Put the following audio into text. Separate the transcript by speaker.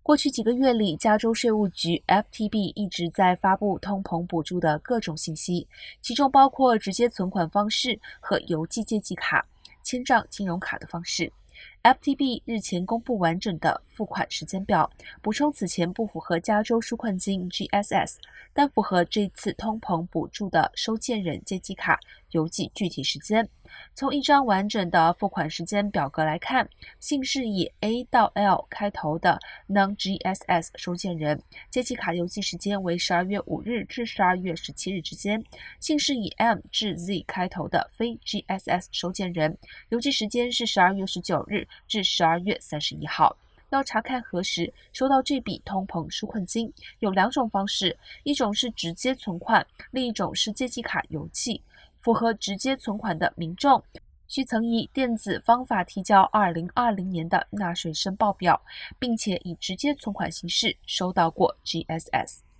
Speaker 1: 过去几个月里，加州税务局 FTB 一直在发布通膨补助的各种信息，其中包括直接存款方式和邮寄借记卡、签账金融卡的方式。FTB 日前公布完整的付款时间表，补充此前不符合加州纾困金 GSS， 但符合这次通膨补助的收件人借记卡邮寄具体时间。从一张完整的付款时间表格来看，姓氏以 A 到 L 开头的 Non-GSS 收件人，借记卡邮寄时间为12月5日至12月17日之间；姓氏以 M 至 Z 开头的非 GSS 收件人，邮寄时间是12月19日至12月31号。要查看何时收到这笔通膨纾困金，有两种方式，一种是直接存款，另一种是借记卡邮寄。符合直接存款的民众，需曾以电子方法提交2020年的纳税申报表，并且以直接存款形式收到过 GSS。